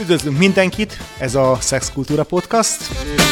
Üdvözlünk mindenkit, ez a Szexkultúra Podcast,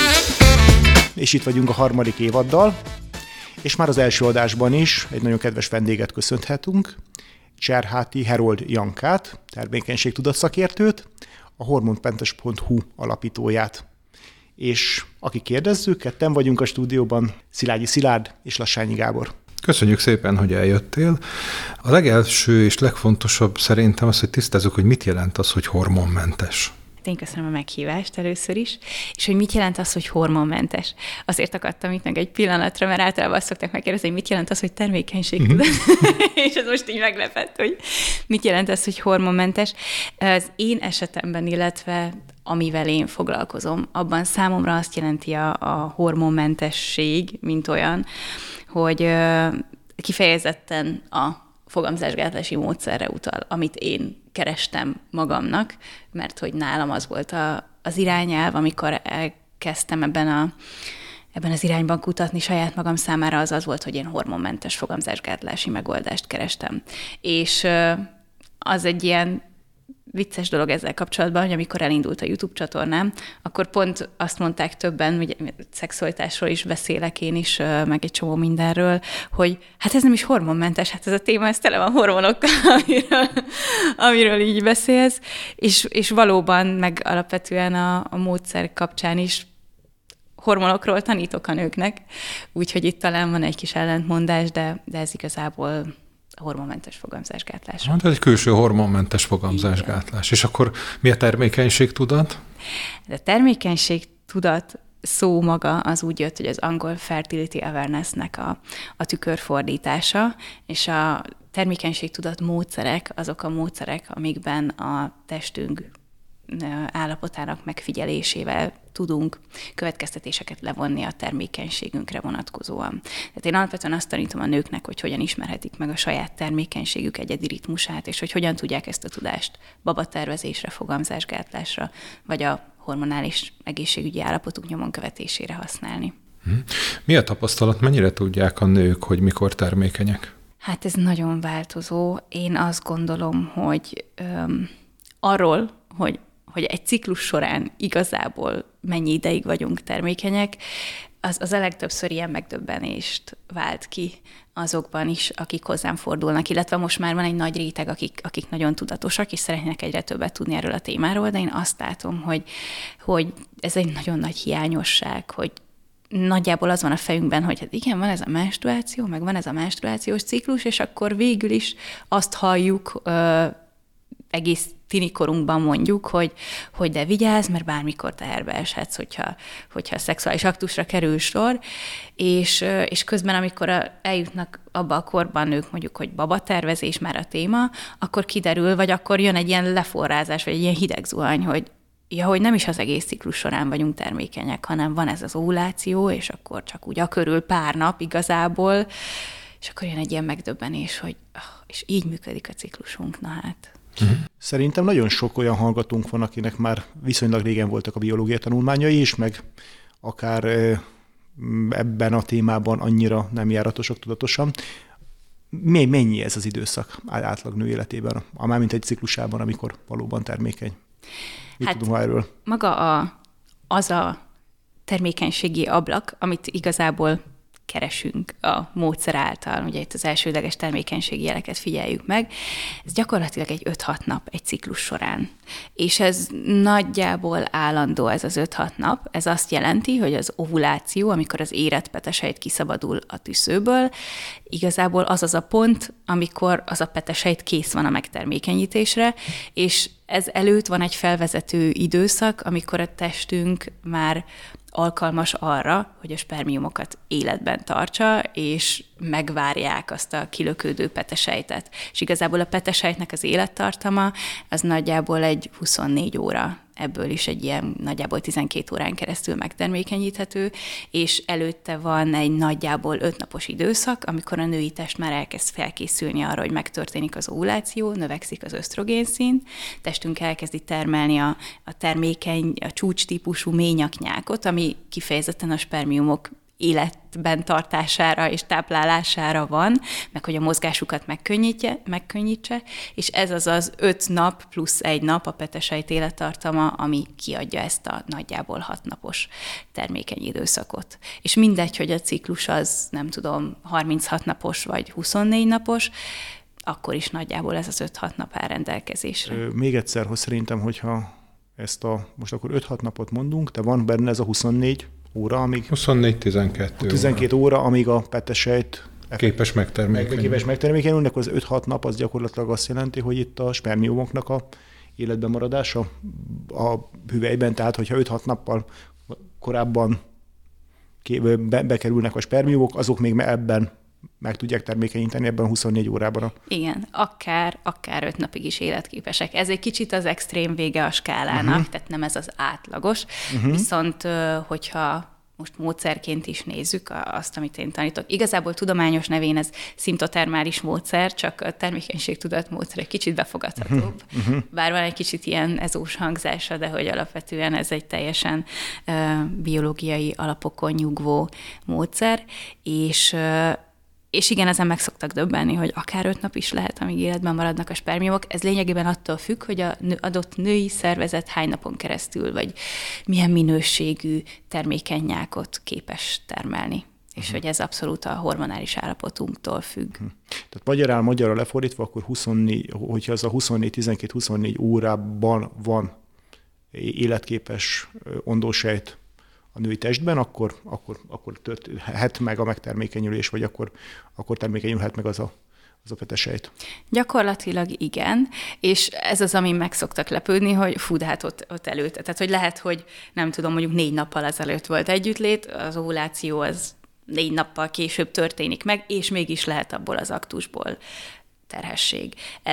és itt vagyunk a harmadik évaddal, és már az első adásban is egy nagyon kedves vendéget köszönhetünk, Cserháti Herold Jankát, termékenységtudat szakértőt, a hormonmentes.hu alapítóját. És aki kérdezzük, ketten vagyunk a stúdióban, Szilágyi Szilárd és Lassányi Gábor. Köszönjük szépen, hogy eljöttél. A legelső és legfontosabb szerintem az, hogy tisztázzuk, hogy mit jelent az, hogy hormonmentes. Én köszönöm a meghívást először is, és hogy mit jelent az, hogy hormonmentes. Azért akadtam itt meg egy pillanatra, mert általában azt szokták megkérdezni, hogy mit jelent az, hogy termékenységtudat. És ez most így meglepett, hogy mit jelent az, hogy hormonmentes. Az én esetemben, illetve amivel én foglalkozom, abban számomra azt jelenti a hormonmentesség, mint olyan, hogy kifejezetten a fogamzásgátlási módszerre utal, amit én kerestem magamnak, mert hogy nálam az volt az irányelv, amikor elkezdtem ebben az irányban kutatni saját magam számára, az volt, hogy én hormonmentes fogamzásgátlási megoldást kerestem. És az egy ilyen vicces dolog ezzel kapcsolatban, hogy amikor elindult a YouTube csatornám, akkor pont azt mondták többen, hogy szexualitásról is beszélek én is, meg egy csomó mindenről, hogy hát ez nem is hormonmentes, hát ez a téma, ez tele van hormonokkal, amiről így beszélsz, és valóban, meg alapvetően a módszer kapcsán is hormonokról tanítok a nőknek, úgyhogy itt talán van egy kis ellentmondás, de ez igazából a hormonmentes fogamzásgátlás. Hát ez egy külső hormonmentes fogamzásgátlás. És akkor mi a termékenységtudat? A termékenységtudat szó maga az úgy jött, hogy az angol fertility awareness-nek a tükörfordítása, és a termékenységtudat módszerek azok a módszerek, amikben a testünk állapotának megfigyelésével tudunk következtetéseket levonni a termékenységünkre vonatkozóan. Tehát én alapvetően azt tanítom a nőknek, hogy hogyan ismerhetik meg a saját termékenységük egyedi ritmusát, és hogy hogyan tudják ezt a tudást babatervezésre, fogamzásgátlásra, vagy a hormonális egészségügyi állapotuk nyomon követésére használni. Mi a tapasztalat? Mennyire tudják a nők, hogy mikor termékenyek? Hát ez nagyon változó. Én azt gondolom, hogy arról, hogy egy ciklus során igazából mennyi ideig vagyunk termékenyek, az a legtöbbször ilyen megdöbbenést vált ki azokban is, akik hozzám fordulnak, illetve most már van egy nagy réteg, akik nagyon tudatosak, és szeretnének egyre többet tudni erről a témáról, de én azt látom, hogy ez egy nagyon nagy hiányosság, hogy nagyjából az van a fejünkben, hogy hát igen, van ez a menstruáció, meg van ez a menstruációs ciklus, és akkor végül is azt halljuk egész tinikorunkban mondjuk, hogy de vigyázz, mert bármikor teherbe eshetsz, hogyha szexuális aktusra kerül sor, és közben, amikor eljutnak abba a korban nők, mondjuk, hogy babatervezés már a téma, akkor kiderül, vagy akkor jön egy ilyen leforrázás, vagy egy ilyen hidegzuhany, hogy nem is az egész ciklus során vagyunk termékenyek, hanem van ez az ovuláció, és akkor csak úgy körül pár nap igazából, és akkor jön egy ilyen megdöbbenés, hogy és így működik a ciklusunk, na hát. Szerintem nagyon sok olyan hallgatónk van, akinek már viszonylag régen voltak a biológia tanulmányai is, meg akár ebben a témában annyira nem járatosak tudatosan. Mennyi ez az időszak átlag nő életében, mármint egy ciklusában, amikor valóban termékeny? Mit tudunk erről? Maga az a termékenységi ablak, amit igazából keresünk a módszer által, ugye itt az elsődleges termékenységi jeleket figyeljük meg, ez gyakorlatilag egy 5-6 nap egy ciklus során. És ez nagyjából állandó ez az 5-6 nap. Ez azt jelenti, hogy az ovuláció, amikor az érett petesejt kiszabadul a tüszőből, igazából az a pont, amikor az a petesejt kész van a megtermékenyítésre, és ez előtt van egy felvezető időszak, amikor a testünk már alkalmas arra, hogy a spermiumokat életben tartsa, és megvárják azt a kilökődő petesejtet. És igazából a petesejtnek az élettartama az nagyjából egy 24 óra. Ebből is egy ilyen nagyjából 12 órán keresztül megtermékenyíthető, és előtte van egy nagyjából 5 napos időszak, amikor a női test már elkezd felkészülni arra, hogy megtörténik az ovuláció, növekszik az ösztrogénszint, testünk elkezdi termelni a termékeny, a csúcstípusú ményaknyákot, ami kifejezetten a spermiumok életben tartására és táplálására van, meg hogy a mozgásukat megkönnyítse, és ez az 5 nap plusz 1 nap a petesejt élettartama, ami kiadja ezt a nagyjából 6 napos termékeny időszakot. És mindegy, hogy a ciklus az, nem tudom, 36 napos vagy 24 napos, akkor is nagyjából ez az 5-6 nap áll rendelkezésre. Még egyszer, hogy szerintem, hogyha most akkor 5-6 napot mondunk, de van benne ez a 24 óra, amíg... 24-12 óra, amíg a petesejt képes megtermékenyülni, akkor az 5-6 nap az gyakorlatilag azt jelenti, hogy itt a spermiumoknak a életben maradása a hüvelyben, tehát hogyha 5-6 nappal korábban bekerülnek a spermiumok, azok még ebben meg tudják termékenyíteni ebben a 24 órában. Igen, akár 5 napig is életképesek. Ez egy kicsit az extrém vége a skálának, tehát nem ez az átlagos. Viszont, hogyha most módszerként is nézzük azt, amit én tanítok. Igazából tudományos nevén ez szimptotermális módszer, csak a termékenységtudat módszer egy kicsit befogadhatóbb. Bár van egy kicsit ilyen ezós hangzása, de hogy alapvetően ez egy teljesen biológiai alapokon nyugvó módszer, és igen, ezen meg szoktak döbbenni, hogy akár 5 nap is lehet, amíg életben maradnak a spermiumok. Ez lényegében attól függ, hogy az adott női szervezet hány napon keresztül, vagy milyen minőségű termékeny nyákot képes termelni. És hogy ez abszolút a hormonális állapotunktól függ. Tehát magyarra lefordítva, akkor 24, hogyha az a 12-24 órában van életképes ondósejt a női testben, akkor történhet meg a megtermékenyülés, vagy akkor termékenyülhet meg az a petesejt. Gyakorlatilag igen, és ez az, ami meg szoktak lepődni, hogy fú, de hát ott előtte. Tehát, hogy lehet, hogy nem tudom, mondjuk 4 nappal ezelőtt volt együttlét, az ovuláció az 4 nappal később történik meg, és mégis lehet abból az aktusból terhesség.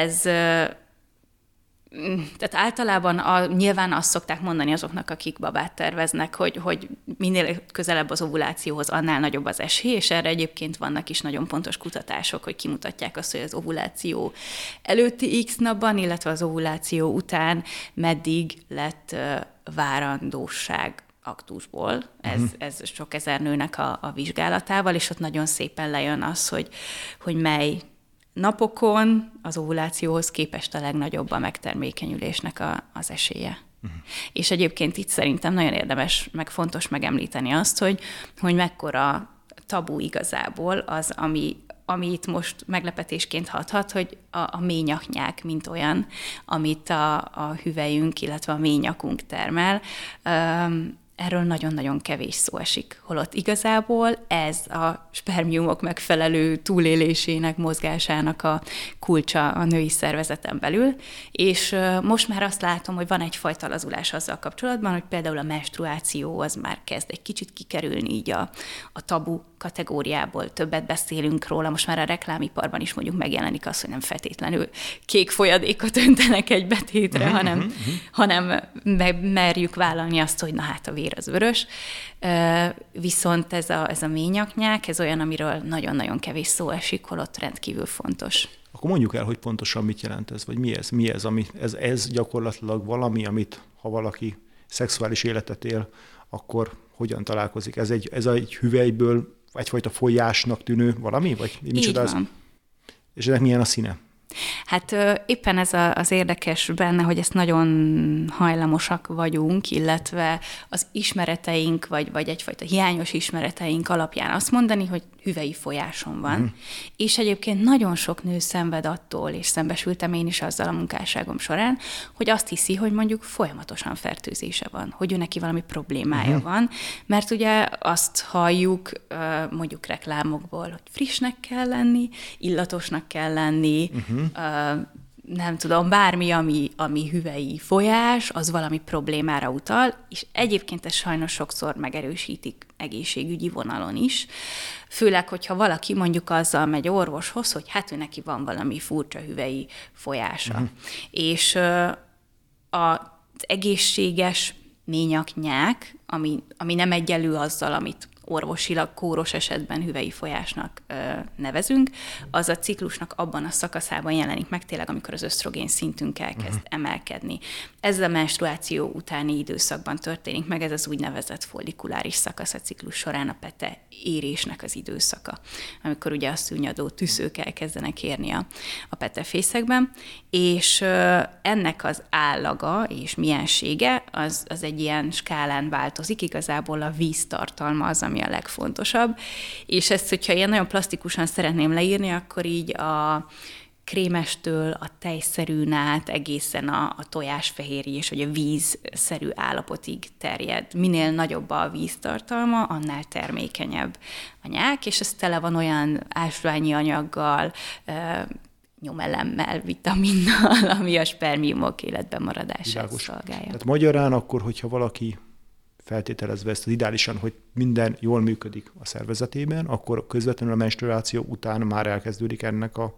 Tehát általában nyilván azt szokták mondani azoknak, akik babát terveznek, hogy minél közelebb az ovulációhoz, annál nagyobb az esély, és erre egyébként vannak is nagyon pontos kutatások, hogy kimutatják azt, hogy az ovuláció előtti X napban, illetve az ovuláció után meddig lett várandóság aktusból. Ez sok ezer nőnek a vizsgálatával, és ott nagyon szépen lejön az, hogy mely napokon az ovulációhoz képest a legnagyobb a megtermékenyülésnek az esélye. És egyébként itt szerintem nagyon érdemes, meg fontos megemlíteni azt, hogy mekkora tabu igazából az, ami itt most meglepetésként hathat, hogy a méhnyaknyák, mint olyan, amit a hüvelyünk, illetve a méhnyakunk termel, erről nagyon-nagyon kevés szó esik, holott igazából ez a spermiumok megfelelő túlélésének, mozgásának a kulcsa a női szervezeten belül, és most már azt látom, hogy van egyfajta lazulás azzal kapcsolatban, hogy például a menstruáció az már kezd egy kicsit kikerülni így a tabu kategóriából, többet beszélünk róla, most már a reklámiparban is mondjuk megjelenik az, hogy nem feltétlenül kék folyadékot öntenek egy betétre, hanem merjük vállalni azt, hogy na hát a vér az vörös. Viszont ez a méhnyaknyák, ez olyan, amiről nagyon-nagyon kevés szó esik, holott rendkívül fontos. Akkor mondjuk el, hogy pontosan mit jelent ez, vagy mi ez, ez gyakorlatilag valami, amit ha valaki szexuális életet él, akkor hogyan találkozik? Ez egy hüvelyből egyfajta folyásnak tűnő valami? Vagy micsoda ez? És ennek milyen a színe? Hát éppen ez az érdekes benne, hogy ezt nagyon hajlamosak vagyunk, illetve az ismereteink, vagy egyfajta hiányos ismereteink alapján azt mondani, hogy hüvei folyásom van. És egyébként nagyon sok nő szenved attól, és szembesültem én is azzal a munkásságom során, hogy azt hiszi, hogy mondjuk folyamatosan fertőzése van, hogy ő neki valami problémája van, mert ugye azt halljuk mondjuk reklámokból, hogy frissnek kell lenni, illatosnak kell lenni, nem tudom, bármi, ami hüvei folyás, az valami problémára utal, és egyébként ez sajnos sokszor megerősítik egészségügyi vonalon is. Főleg, hogyha valaki mondjuk azzal megy orvoshoz, hogy hát ő neki van valami furcsa hüvei folyása. És az egészséges méhnyaknyák, ami nem egyenlő azzal, amit orvosilag kóros esetben hüvei folyásnak nevezünk, az a ciklusnak abban a szakaszában jelenik meg tényleg, amikor az ösztrogén szintünk elkezd emelkedni. Ez a menstruáció utáni időszakban történik meg, ez az úgynevezett follikuláris szakasz a ciklus során, a pete érésnek az időszaka, amikor ugye a szűnyadó tüszők elkezdenek érni a petefészekben, és ennek az állaga és miensége az egy ilyen skálán változik, igazából a víztartalma az, ami a legfontosabb, és ezt, hogyha ilyen nagyon plastikusan szeretném leírni, akkor így a krémestől a tejszerűn át egészen a tojásfehérjés, vagy a vízszerű állapotig terjed. Minél nagyobb a víztartalma, annál termékenyebb a nyák, és ez tele van olyan ásványi anyaggal, nyomelemmel, vitaminnal, ami a spermiumok életben maradását szolgálja. Tehát magyarán akkor, hogyha valaki feltételezve ezt az ideálisan, hogy minden jól működik a szervezetében, akkor közvetlenül a menstruáció után már elkezdődik ennek a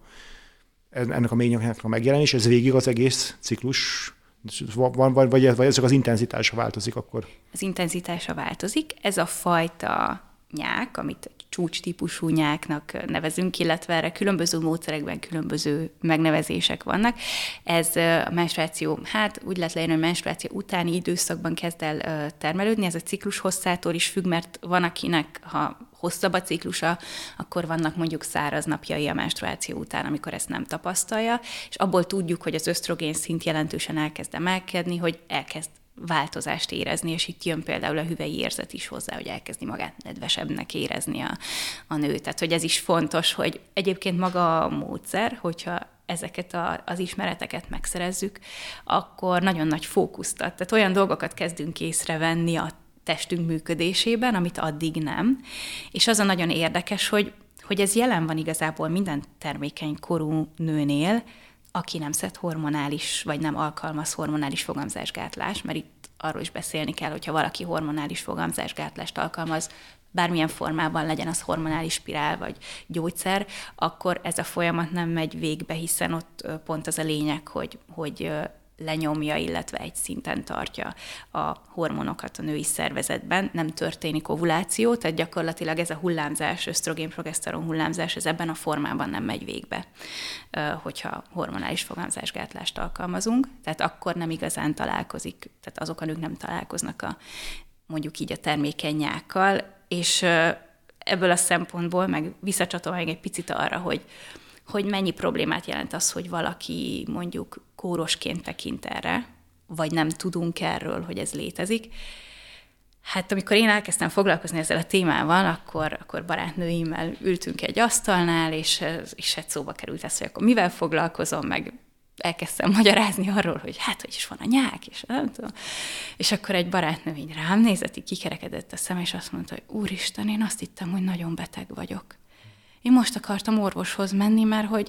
ményeknek a megjelenés, ez végig az egész ciklus, vagy ez csak az intenzitása változik akkor? Az intenzitása változik. Ez a fajta nyák, amit csúcstípusú nyáknak nevezünk, illetve erre különböző módszerekben különböző megnevezések vannak. Ez a menstruáció, úgy lehet leírni, hogy menstruáció utáni időszakban kezd el termelődni, ez a ciklus hosszától is függ, mert van akinek, ha hosszabb a ciklusa, akkor vannak mondjuk száraz napjai a menstruáció után, amikor ezt nem tapasztalja, és abból tudjuk, hogy az ösztrogén szint jelentősen elkezd emelkedni, hogy elkezd változást érezni, és itt jön például a hüvei érzet is hozzá, hogy elkezdi magát nedvesebbnek érezni a nő. Tehát, hogy ez is fontos, hogy egyébként maga a módszer, hogyha ezeket az ismereteket megszerezzük, akkor nagyon nagy fókuszt ad. Tehát olyan dolgokat kezdünk észrevenni a testünk működésében, amit addig nem. És az a nagyon érdekes, hogy ez jelen van igazából minden termékeny korú nőnél, aki nem szed hormonális, vagy nem alkalmaz hormonális fogamzásgátlás, mert itt arról is beszélni kell, hogyha valaki hormonális fogamzásgátlást alkalmaz, bármilyen formában legyen az hormonális spirál vagy gyógyszer, akkor ez a folyamat nem megy végbe, hiszen ott pont az a lényeg, hogy lenyomja, illetve egy szinten tartja a hormonokat a női szervezetben, nem történik ovuláció, tehát gyakorlatilag ez a hullámzás, ösztrogén-progeszteron hullámzás, ez ebben a formában nem megy végbe, hogyha hormonális fogamzásgátlást alkalmazunk, tehát akkor nem igazán találkozik, tehát azok a nők nem találkoznak mondjuk így a termékeny nyákkal, és ebből a szempontból meg visszacsatolom egy picit arra, hogy mennyi problémát jelent az, hogy valaki mondjuk kórosként tekint erre, vagy nem tudunk erről, hogy ez létezik. Hát amikor én elkezdtem foglalkozni ezzel a témával, akkor barátnőimmel ültünk egy asztalnál, és egy szóba került ez, hogy akkor mivel foglalkozom, meg elkezdtem magyarázni arról, hogy hogy is van a nyák, és nem tudom. És akkor egy barátnő így rám nézett, így kikerekedett a szem, és azt mondta, hogy úristen, én azt hittem, hogy nagyon beteg vagyok. Én most akartam orvoshoz menni, mert hogy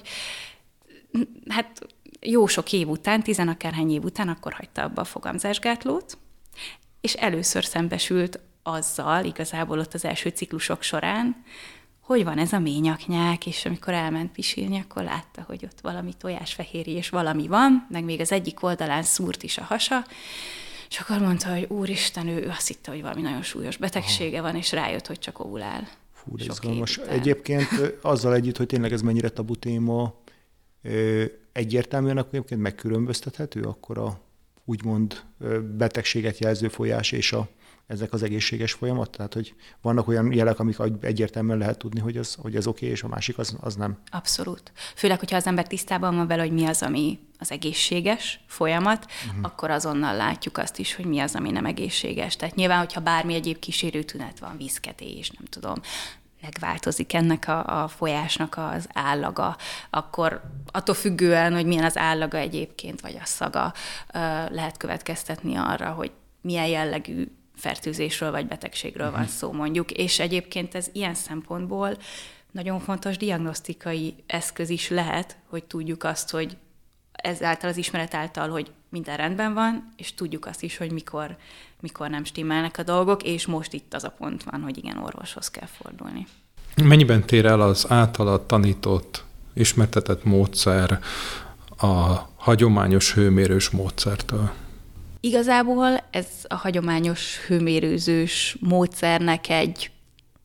jó sok év után, 10 akárhány év után, akkor hagyta abba a fogamzásgátlót, és először szembesült azzal, igazából ott az első ciklusok során, hogy van ez a ményaknyák, és amikor elment pisilni, akkor látta, hogy ott valami tojásfehérje, és valami van, meg még az egyik oldalán szúrt is a hasa, és akkor mondta, hogy úristen, ő azt hitte, hogy valami nagyon súlyos betegsége van, és rájött, hogy csak ovulál. Fú, de izgalmas. Egyébként azzal együtt, hogy tényleg ez mennyire tabu téma, egyértelműen akkor egyébként megkülönböztethető akkor a úgymond betegséget jelző folyás és ezek az egészséges folyamat? Tehát, hogy vannak olyan jelek, amik egyértelműen lehet tudni, hogy ez oké, és a másik az nem? Abszolút. Főleg, hogyha az ember tisztában van vele, hogy mi az, ami az egészséges folyamat, akkor azonnal látjuk azt is, hogy mi az, ami nem egészséges. Tehát nyilván, hogyha bármi egyéb kísérő tünet van, viszketés, nem tudom, megváltozik ennek a folyásnak az állaga, akkor attól függően, hogy milyen az állaga egyébként, vagy a szaga, lehet következtetni arra, hogy milyen jellegű fertőzésről vagy betegségről van szó mondjuk, és egyébként ez ilyen szempontból nagyon fontos diagnosztikai eszköz is lehet, hogy tudjuk azt, hogy ezáltal az ismeret által, hogy minden rendben van, és tudjuk azt is, hogy mikor nem stimmelnek a dolgok, és most itt az a pont van, hogy igen, orvoshoz kell fordulni. Mennyiben tér el az általad tanított, ismertetett módszer a hagyományos hőmérős módszertől? Igazából ez a hagyományos hőmérőzős módszernek egy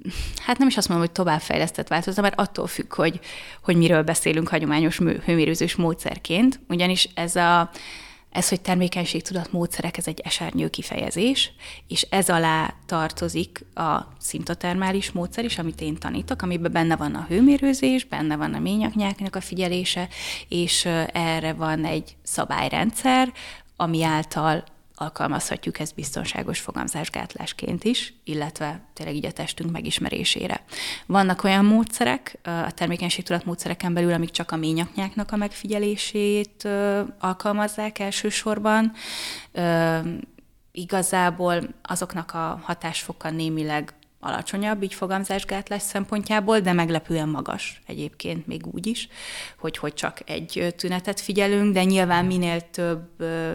hát nem is azt mondom, hogy továbbfejlesztett változata, mert attól függ, hogy miről beszélünk hagyományos hőmérőzős módszerként, ugyanis ez, hogy termékenységtudat módszerek, ez egy esernyő kifejezés, és ez alá tartozik a szintotermális módszer is, amit én tanítok, amiben benne van a hőmérőzés, benne van a ményaknyáknak a figyelése, és erre van egy szabályrendszer, ami által alkalmazhatjuk ezt biztonságos fogamzásgátlásként is, illetve tényleg így a testünk megismerésére. Vannak olyan módszerek, a termékenységtudat módszereken belül, amik csak a ményaknyáknak a megfigyelését alkalmazzák elsősorban. Igazából azoknak a hatásfoka némileg alacsonyabb, így fogamzásgátlás szempontjából, de meglepően magas egyébként még úgy is, hogy csak egy tünetet figyelünk, de nyilván minél több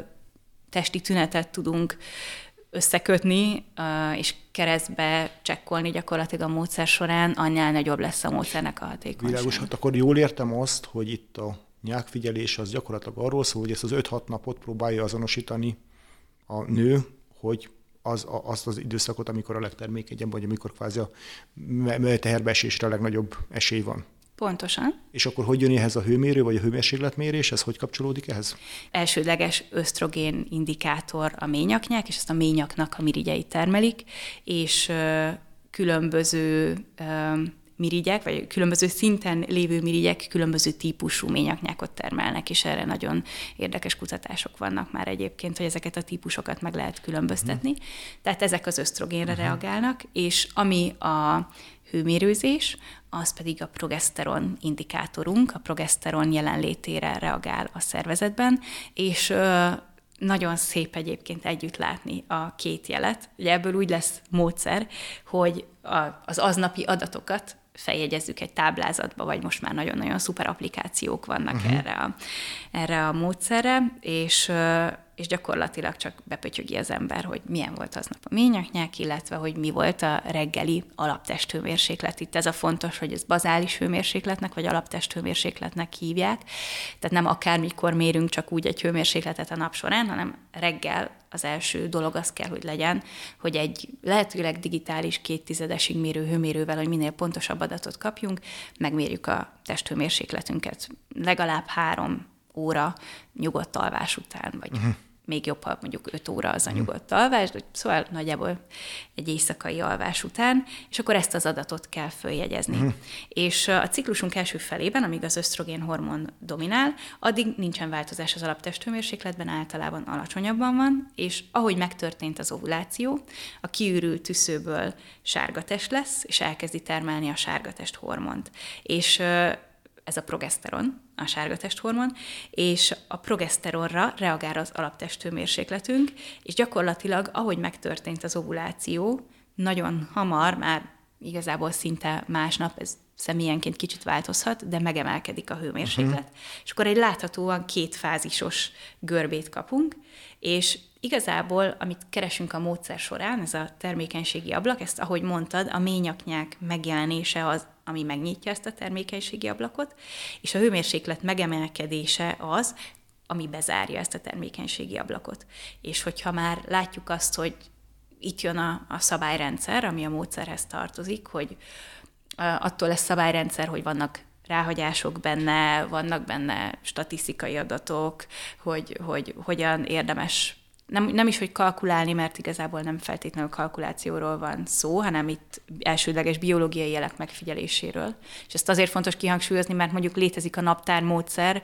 testi tünetet tudunk összekötni, és keresztbe csekkolni gyakorlatilag a módszer során, annál nagyobb lesz a módszernek a hatékonyság. Világos, hát akkor jól értem azt, hogy itt a nyákfigyelés az gyakorlatilag arról szól, hogy ezt az 5-6 napot próbálja azonosítani a nő, hogy azt az időszakot, amikor a legtermékenyebb, vagy amikor kvázi a teherbeesésre a legnagyobb esély van. Pontosan. És akkor hogy jön ehhez a hőmérő, vagy a hőmérsékletmérés? Ez hogy kapcsolódik ehhez? Elsődleges ösztrogén indikátor a ményaknyák, és ezt a ményaknak a mirigyei termelik, és különböző mirigyek, vagy különböző szinten lévő mirigyek különböző típusú ményaknyákot termelnek, és erre nagyon érdekes kutatások vannak már egyébként, hogy ezeket a típusokat meg lehet különböztetni. Tehát ezek az ösztrogénre reagálnak, és ami a hőmérőzés, az pedig a progeszteron indikátorunk, a progeszteron jelenlétére reagál a szervezetben, és nagyon szép egyébként együtt látni a két jelet. Ugye ebből úgy lesz módszer, hogy az aznapi adatokat feljegyezzük egy táblázatba, vagy most már nagyon-nagyon szuper applikációk vannak erre a módszerre, és gyakorlatilag csak bepötyögi az ember, hogy milyen volt aznap a ményaknyák, illetve hogy mi volt a reggeli alaptesthőmérséklet. Itt ez a fontos, hogy ez bazális hőmérsékletnek, vagy alaptesthőmérsékletnek hívják. Tehát nem akármikor mérünk csak úgy egy hőmérsékletet a nap során, hanem reggel az első dolog az kell, hogy legyen, hogy egy lehetőleg digitális 0,2 mérő hőmérővel, hogy minél pontosabb adatot kapjunk, megmérjük a testhőmérsékletünket legalább 3 óra nyugodt alvás után, vagy még jobb, ha mondjuk 5 óra az a nyugodt alvás, szóval nagyjából egy éjszakai alvás után, és akkor ezt az adatot kell följegyezni. És a ciklusunk első felében, amíg az ösztrogén hormon dominál, addig nincsen változás az alaptesthőmérsékletben, általában alacsonyabban van, és ahogy megtörtént az ovuláció, a kiürült tüszőből sárgatest lesz, és elkezdi termelni a sárgatest hormont. És ez a progeszteron, a sárgatesthormon, és a progeszteronra reagál az alaptesthőmérsékletünk, és gyakorlatilag, ahogy megtörtént az ovuláció, nagyon hamar, már igazából szinte másnap, ez személyenként kicsit változhat, de megemelkedik a hőmérséklet. És akkor egy láthatóan 2 fázisos görbét kapunk, és igazából, amit keresünk a módszer során, ez a termékenységi ablak, ezt, ahogy mondtad, a ményaknyák megjelenése az, ami megnyitja ezt a termékenységi ablakot, és a hőmérséklet megemelkedése az, ami bezárja ezt a termékenységi ablakot. És hogyha már látjuk azt, hogy itt jön a szabályrendszer, ami a módszerhez tartozik, hogy attól lesz szabályrendszer, hogy vannak ráhagyások benne, vannak benne statisztikai adatok, hogy hogyan érdemes, nem is, hogy kalkulálni, mert igazából nem feltétlenül kalkulációról van szó, hanem itt elsődleges biológiai jelek megfigyeléséről. És ezt azért fontos kihangsúlyozni, mert mondjuk létezik a naptármódszer,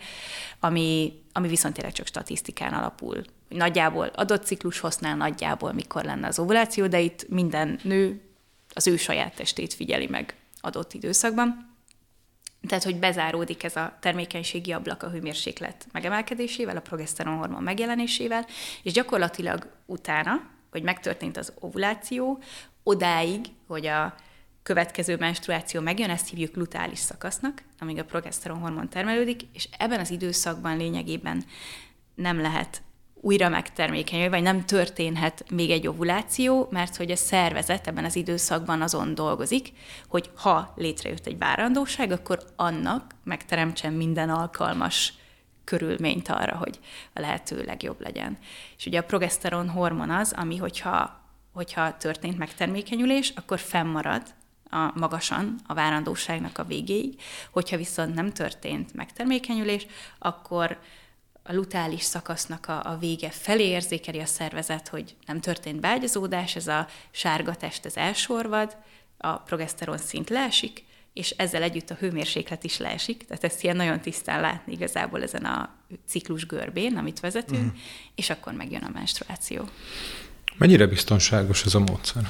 ami viszont tényleg csak statisztikán alapul. Nagyjából adott ciklushosznál nagyjából mikor lenne az ovuláció, de itt minden nő az ő saját testét figyeli meg adott időszakban. Tehát, hogy bezáródik ez a termékenységi ablak a hőmérséklet megemelkedésével, a progeszteron hormon megjelenésével, és gyakorlatilag utána, hogy megtörtént az ovuláció, odáig, hogy a következő menstruáció megjön, ezt hívjuk luteális szakasznak, amíg a progeszteron hormon termelődik, és ebben az időszakban lényegében nem lehet újra megtermékenyülni, vagy nem történhet még egy ovuláció, mert hogy a szervezet ebben az időszakban azon dolgozik, hogy ha létrejött egy várandóság, akkor annak megteremtsen minden alkalmas körülményt arra, hogy a lehető legjobb legyen. És ugye a progeszteron hormon az, ami hogyha történt megtermékenyülés, akkor fennmarad magasan a várandóságnak a végéig. Hogyha viszont nem történt megtermékenyülés, akkor a lutális szakasznak a vége felé érzékeli a szervezet, hogy nem történt beágyazódás, ez a sárga test ez elsorvad, a progeszteron szint leesik, és ezzel együtt a hőmérséklet is leesik, tehát ezt ilyen nagyon tisztán látni igazából ezen a ciklus görbén, amit vezetünk, és akkor megjön a menstruáció. Mennyire biztonságos ez a módszer?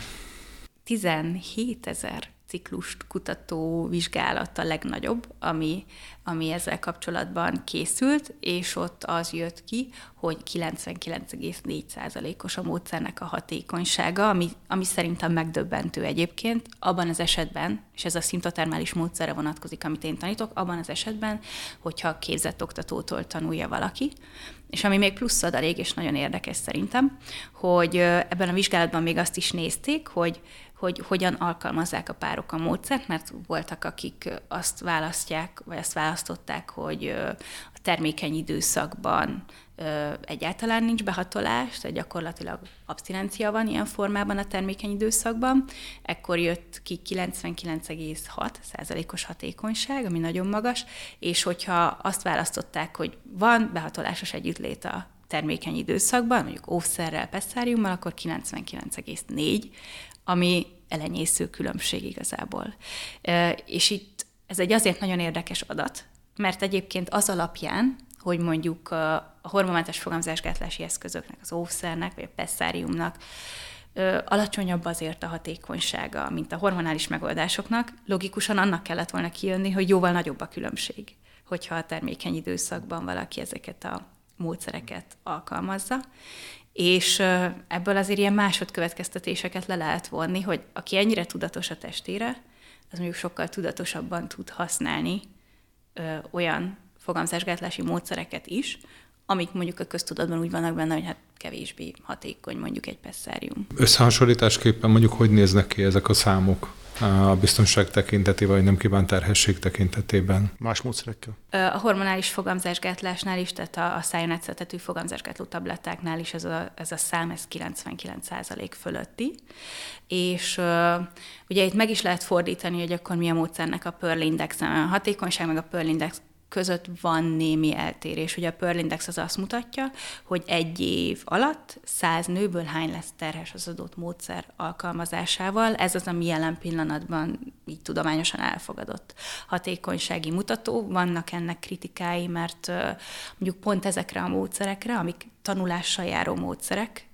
17 000 ciklust kutató vizsgálat a legnagyobb, ami ezzel kapcsolatban készült, és ott az jött ki, hogy 99,4%-os a módszernek a hatékonysága, ami szerintem megdöbbentő egyébként. Abban az esetben, és ez a szimptotermális módszerre vonatkozik, amit én tanítok, abban az esetben, hogyha képzett oktatótól tanulja valaki, és ami még plusz adalék, és nagyon érdekes szerintem, hogy ebben a vizsgálatban még azt is nézték, hogy hogyan alkalmazzák a párok a módszert, mert voltak, akik azt választják, vagy azt választották, hogy a termékeny időszakban egyáltalán nincs behatolás, tehát gyakorlatilag abszinencia van ilyen formában a termékeny időszakban. Ekkor jött ki 99,6%-os hatékonyság, ami nagyon magas, és hogyha azt választották, hogy van behatolásos együttlét a termékeny időszakban, mondjuk óvszerrel, pesszáriummal, akkor 99,4, ami elenyésző különbség igazából. És itt ez egy azért nagyon érdekes adat, mert egyébként az alapján, hogy mondjuk a hormonmentes fogamzásgátlási eszközöknek, az óvszernek, vagy a pesszáriumnak alacsonyabb azért a hatékonysága, mint a hormonális megoldásoknak, logikusan annak kellett volna kijönni, hogy jóval nagyobb a különbség, hogyha a termékeny időszakban valaki ezeket a módszereket alkalmazza. És ebből azért ilyen másodkövetkeztetéseket le lehet vonni, hogy aki ennyire tudatos a testére, az mondjuk sokkal tudatosabban tud használni olyan fogamzásgátlási módszereket is, amik mondjuk a köztudatban úgy vannak benne, hogy hát kevésbé hatékony mondjuk egy pesszárium. Összehasonlításképpen mondjuk hogy néznek ki ezek a számok a biztonság tekintetében, vagy nem kívánt terhesség tekintetében? Más módszerekkel? A hormonális fogamzásgátlásnál is, tehát a szájon átszedhető fogamzásgátló tablettáknál is ez a szám, ez 99% fölötti. És ugye itt meg is lehet fordítani, hogy akkor mi a módszernek a Pearl Index, a hatékonyság meg a Pearl Index között van némi eltérés. Ugye a Pearl Index az azt mutatja, hogy egy év alatt 100 nőből hány lesz terhes az adott módszer alkalmazásával. Ez az, ami jelen pillanatban így tudományosan elfogadott hatékonysági mutató. Vannak ennek kritikái, mert mondjuk pont ezekre a módszerekre, amik tanulással járó módszerek,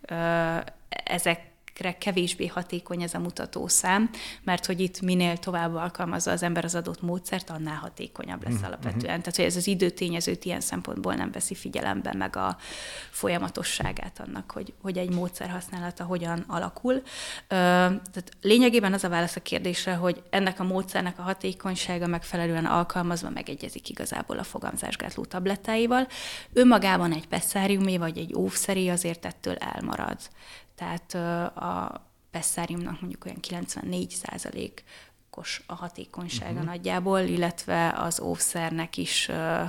ezekre kevésbé hatékony ez a mutatószám, mert hogy itt minél tovább alkalmazza az ember az adott módszert, annál hatékonyabb lesz alapvetően. Tehát, hogy ez az időtényezőt ilyen szempontból nem veszi figyelembe, meg a folyamatosságát annak, hogy egy módszer használata hogyan alakul. Tehát lényegében az a válasz a kérdésre, hogy ennek a módszernek a hatékonysága megfelelően alkalmazva megegyezik igazából a fogamzásgátló tablettáival. Önmagában egy pesszáriumé vagy egy óvszeré azért ettől elmarad. Tehát a pesszáriumnak mondjuk olyan 94%-os a hatékonysága nagyjából, illetve az óvszernek is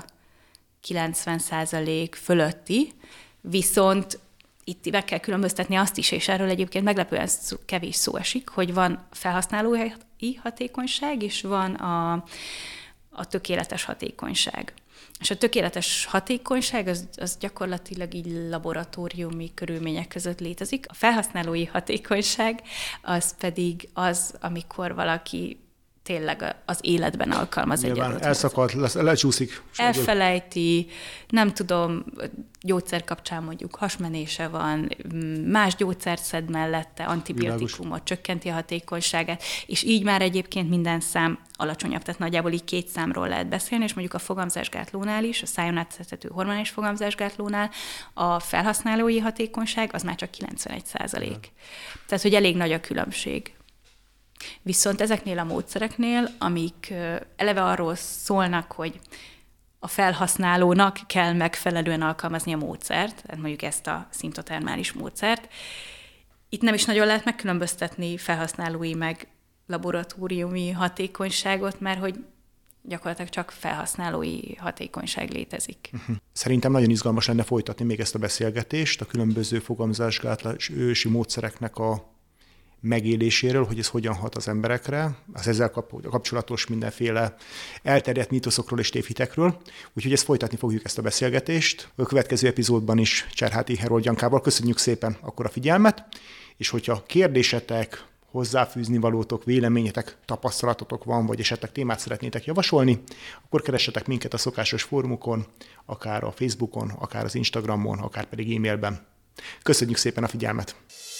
90% fölötti, viszont itt meg kell különböztetni azt is, és erről egyébként meglepően kevés szó esik, hogy van felhasználói hatékonyság, és van a tökéletes hatékonyság. És a tökéletes hatékonyság az gyakorlatilag így laboratóriumi körülmények között létezik. A felhasználói hatékonyság az pedig az, amikor valaki tényleg az életben alkalmaz egy adott elszakad, lecsúszik. Elfelejti, nem tudom, gyógyszer kapcsán mondjuk hasmenése van, más gyógyszert szed mellette, antibiotikumot, csökkenti a hatékonyságát, és így már egyébként minden szám alacsonyabb, tehát nagyjából így 2 számról lehet beszélni, és mondjuk a fogamzásgátlónál is, a szájon átszedhető hormonális fogamzásgátlónál a felhasználói hatékonyság az már csak 91%. Tehát, hogy elég nagy a különbség. Viszont ezeknél a módszereknél, amik eleve arról szólnak, hogy a felhasználónak kell megfelelően alkalmazni a módszert, tehát mondjuk ezt a szimptotermális módszert, itt nem is nagyon lehet megkülönböztetni felhasználói meg laboratóriumi hatékonyságot, mert hogy gyakorlatilag csak felhasználói hatékonyság létezik. Szerintem nagyon izgalmas lenne folytatni még ezt a beszélgetést, a különböző fogamzásgátlási módszereknek a megéléséről, hogy ez hogyan hat az emberekre, az ezzel kapcsolatos mindenféle elterjedt mítoszokról és tévhitekről. Úgyhogy ezt folytatni fogjuk, ezt a beszélgetést. A következő epizódban is Cserháti Herold Jankával. Köszönjük szépen akkor a figyelmet, és hogyha kérdésetek, hozzáfűzni valótok, véleményetek, tapasztalatotok van, vagy esetleg témát szeretnétek javasolni, akkor keressetek minket a szokásos fórumokon, akár a Facebookon, akár az Instagramon, akár pedig e-mailben. Köszönjük szépen a figyelmet!